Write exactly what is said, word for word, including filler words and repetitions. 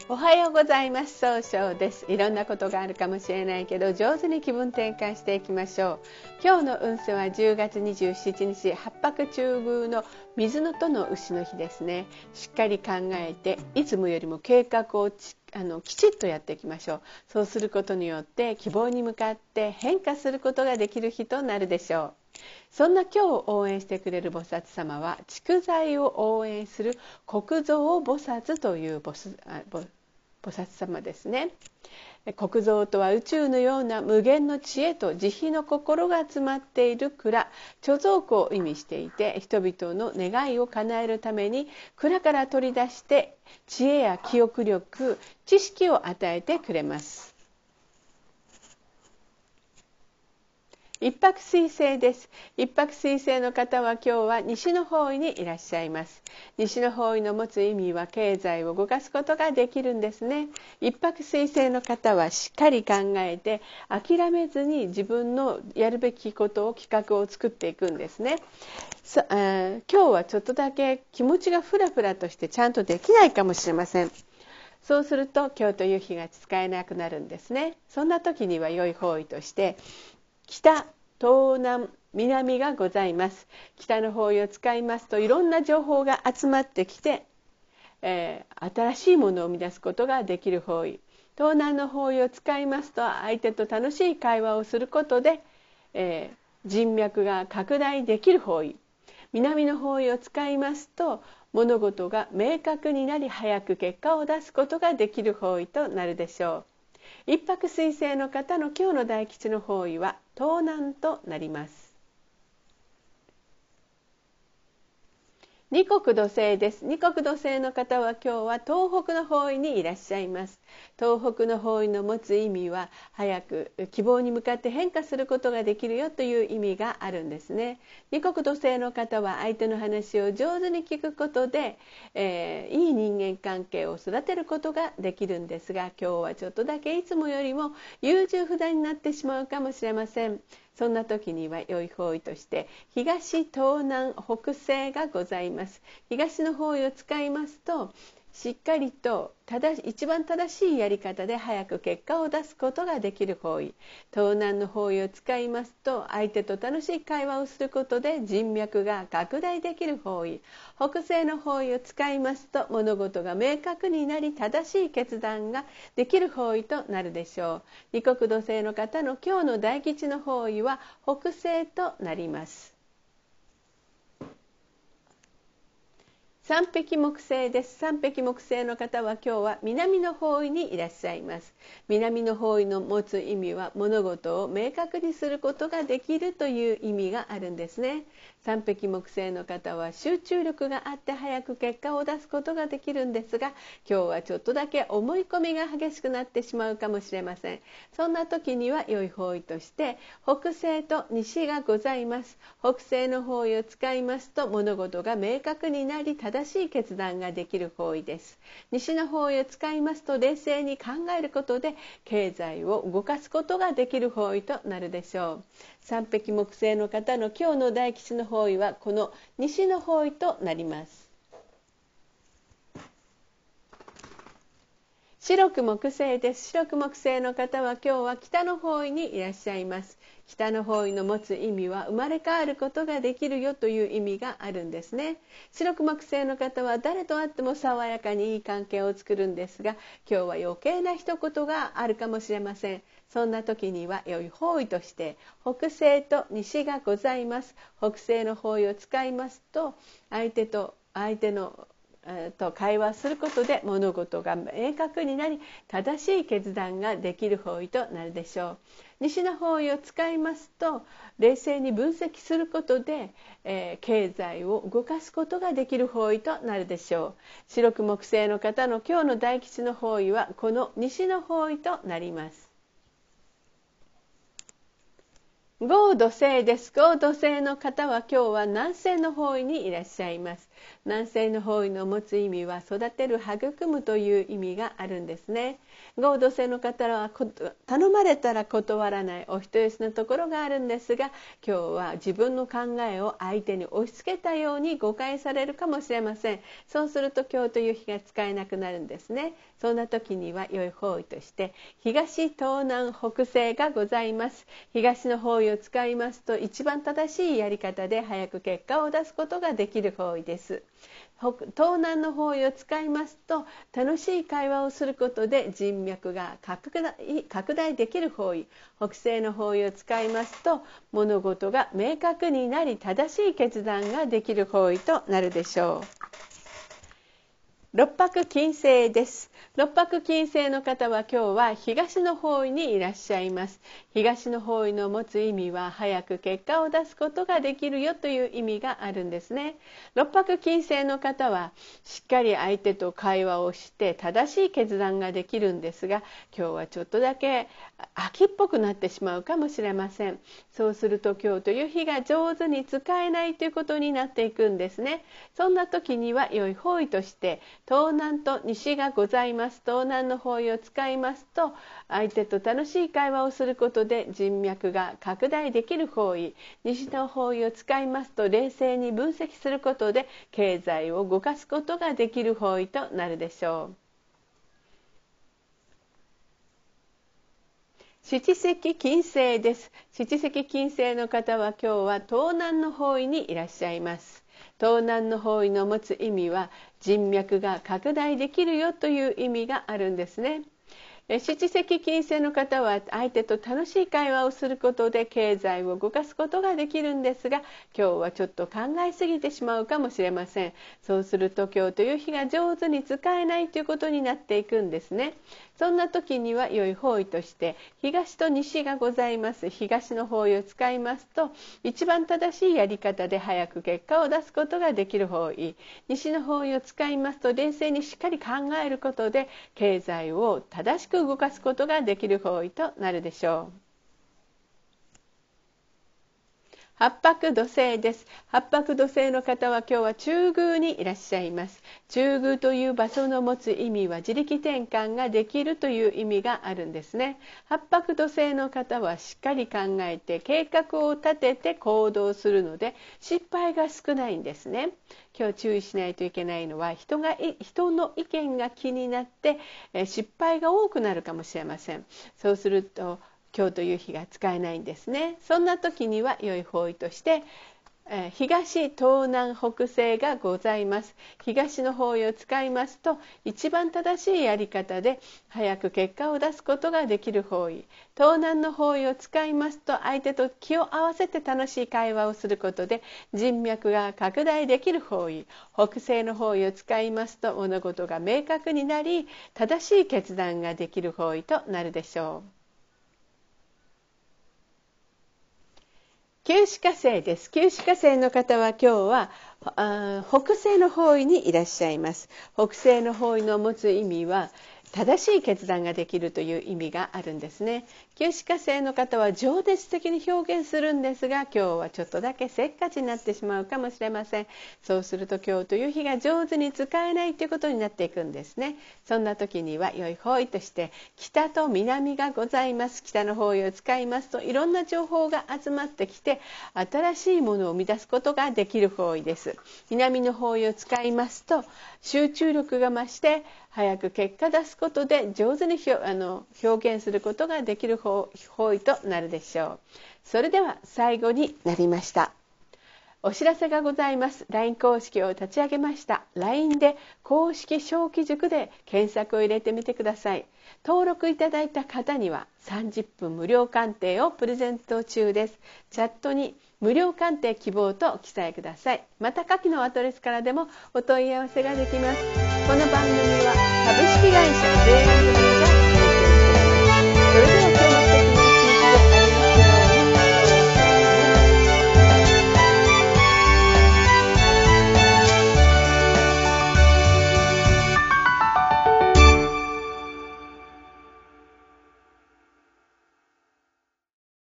おはようございます。総称です。いろんなことがあるかもしれないけど、上手に気分転換していきましょう。今日の運勢はじゅうがつにじゅうしちにち、八白中宮の水のとの丑の日ですね。しっかり考えて、いつもよりも計画をちあのきちっとやっていきましょう。そうすることによって希望に向かって変化することができる日となるでしょう。そんな今日を応援してくれる菩薩様は、蓄財を応援する国蔵菩薩という菩薩菩菩薩様ですね。国蔵とは宇宙のような無限の知恵と慈悲の心が詰まっている蔵、貯蔵庫を意味していて、人々の願いを叶えるために蔵から取り出して知恵や記憶力、知識を与えてくれます。一泊水星です。一泊水星の方は今日は西の方位にいらっしゃいます。西の方位の持つ意味は経済を動かすことができるんですね。一泊水星の方はしっかり考えて諦めずに自分のやるべきことを企画を作っていくんですね。そあ今日はちょっとだけ気持ちがフラフラとしてちゃんとできないかもしれません。そうすると今日という日が使えなくなるんですね。そんな時には良い方位として北、東南、南がございます。北の方位を使いますといろんな情報が集まってきて、えー、新しいものを生み出すことができる方位。東南の方位を使いますと相手と楽しい会話をすることで、えー、人脈が拡大できる方位。南の方位を使いますと物事が明確になり早く結果を出すことができる方位となるでしょう。一泊水星の方の今日の大吉の方位は東南となります。二国土星です。二国土星の方は今日は東北の方位にいらっしゃいます。東北の方位の持つ意味は早く希望に向かって変化することができるよという意味があるんですね。二国土星の方は相手の話を上手に聞くことで、えー、いい人間関係を育てることができるんですが、今日はちょっとだけいつもよりも優柔不断になってしまうかもしれません。そんな時には良い方位として東、東南、北西がございます。東の方位を使いますとしっかりと正し一番正しいやり方で早く結果を出すことができる方位。東南の方位を使いますと相手と楽しい会話をすることで人脈が拡大できる方位。北西の方位を使いますと物事が明確になり正しい決断ができる方位となるでしょう。二国土星の方の今日の大吉の方位は北西となります。三匹木星です。三匹木星の方は今日は南の方位にいらっしゃいます。南の方位の持つ意味は物事を明確にすることができるという意味があるんですね。三匹木星の方は集中力があって早く結果を出すことができるんですが、今日はちょっとだけ思い込みが激しくなってしまうかもしれません。そんな時には良い方位として北西と西がございます。北西の方位を使いますと物事が明確になり正しい決断ができる方位です。西の方位を使いますと冷静に考えることで経済を動かすことができる方位となるでしょう。三匹木星の方の今日の大吉の方位はこの西の方位となります。白く木星です。白く木星の方は今日は北の方位にいらっしゃいます。北の方位の持つ意味は生まれ変わることができるよという意味があるんですね。白く木星の方は誰と会っても爽やかにいい関係を作るんですが、今日は余計な一言があるかもしれません。そんな時には良い方位として北西と西がございます。北西の方位を使いますと相手と相手のと会話することで物事が明確になり正しい決断ができる方位となるでしょう。西の方位を使いますと冷静に分析することで、えー、経済を動かすことができる方位となるでしょう。白く木星の方の今日の大吉の方位はこの西の方位となります。 合土星です。合土星の方は今日は南西の方位にいらっしゃいます。南西の方位の持つ意味は育てる、育むという意味があるんですね。合土星の方は頼まれたら断らないお人よしのところがあるんですが、今日は自分の考えを相手に押し付けたように誤解されるかもしれません。そうすると今日という日が使えなくなるんですね。そんな時には良い方位として東、東南、北西がございます。東の方位を使いますと一番正しいやり方で早く結果を出すことができる方位です。東南の方位を使いますと楽しい会話をすることで人脈が拡大、拡大できる方位。北西の方位を使いますと物事が明確になり正しい決断ができる方位となるでしょう。六白金星です。六白金星の方は今日は東の方位にいらっしゃいます。東の方位の持つ意味は早く結果を出すことができるよという意味があるんですね。六白金星の方はしっかり相手と会話をして正しい決断ができるんですが、今日はちょっとだけ秋っぽくなってしまうかもしれません。そうすると今日という日が上手に使えないということになっていくんですね。そんな時には良い方位として東南と西がございます。東南の方位を使いますと相手と楽しい会話をすることで人脈が拡大できる方位。西の方位を使いますと冷静に分析することで経済を動かすことができる方位となるでしょう。七石金星です。七石金星の方は今日は東南の方位にいらっしゃいます。東南の方位の持つ意味は人脈が拡大できるよという意味があるんですね。七石金星の方は相手と楽しい会話をすることで経済を動かすことができるんですが、今日はちょっと考えすぎてしまうかもしれません。そうすると今日という日が上手に使えないということになっていくんですね。そんな時には良い方位として東と西がございます。東の方位を使いますと一番正しいやり方で早く結果を出すことができる方位。西の方位を使いますと冷静にしっかり考えることで経済を正しく動かすことができる方位となるでしょう。八白土星です。八白土星の方は今日は中宮にいらっしゃいます。中宮という場所の持つ意味は自力転換ができるという意味があるんですね。八白土星の方はしっかり考えて計画を立てて行動するので失敗が少ないんですね。今日注意しないといけないのは人が人の意見が気になって失敗が多くなるかもしれません。そうすると今日という日が使えないんですね。そんな時には良い方位として東、東南、北西がございます。東の方位を使いますと一番正しいやり方で早く結果を出すことができる方位。東南の方位を使いますと相手と気を合わせて楽しい会話をすることで人脈が拡大できる方位。北西の方位を使いますと物事が明確になり正しい決断ができる方位となるでしょう。九紫火星です。九紫火星の方は今日はあ北西の方位にいらっしゃいます。北西の方位の持つ意味は正しい決断ができるという意味があるんですね。九紫火星の方は情熱的に表現するんですが今日はちょっとだけせっかちになってしまうかもしれません。そうすると今日という日が上手に使えないということになっていくんですね。そんな時には良い方位として北と南がございます。北の方位を使いますといろんな情報が集まってきて新しいものを生み出すことができる方位です。南の方位を使いますと集中力が増して早く結果出すことで上手にあの表現することができる方位となるでしょう。それでは最後になりました。お知らせがございます。 ライン 公式を立ち上げました。 ライン で公式小規塾で検索を入れてみてください。登録いただいた方にはさんじゅっぷん無料鑑定をプレゼント中です。チャットに無料鑑定希望と記載ください。また下記のアドレスからでもお問い合わせができます。この番組は株式会社 ジェーエム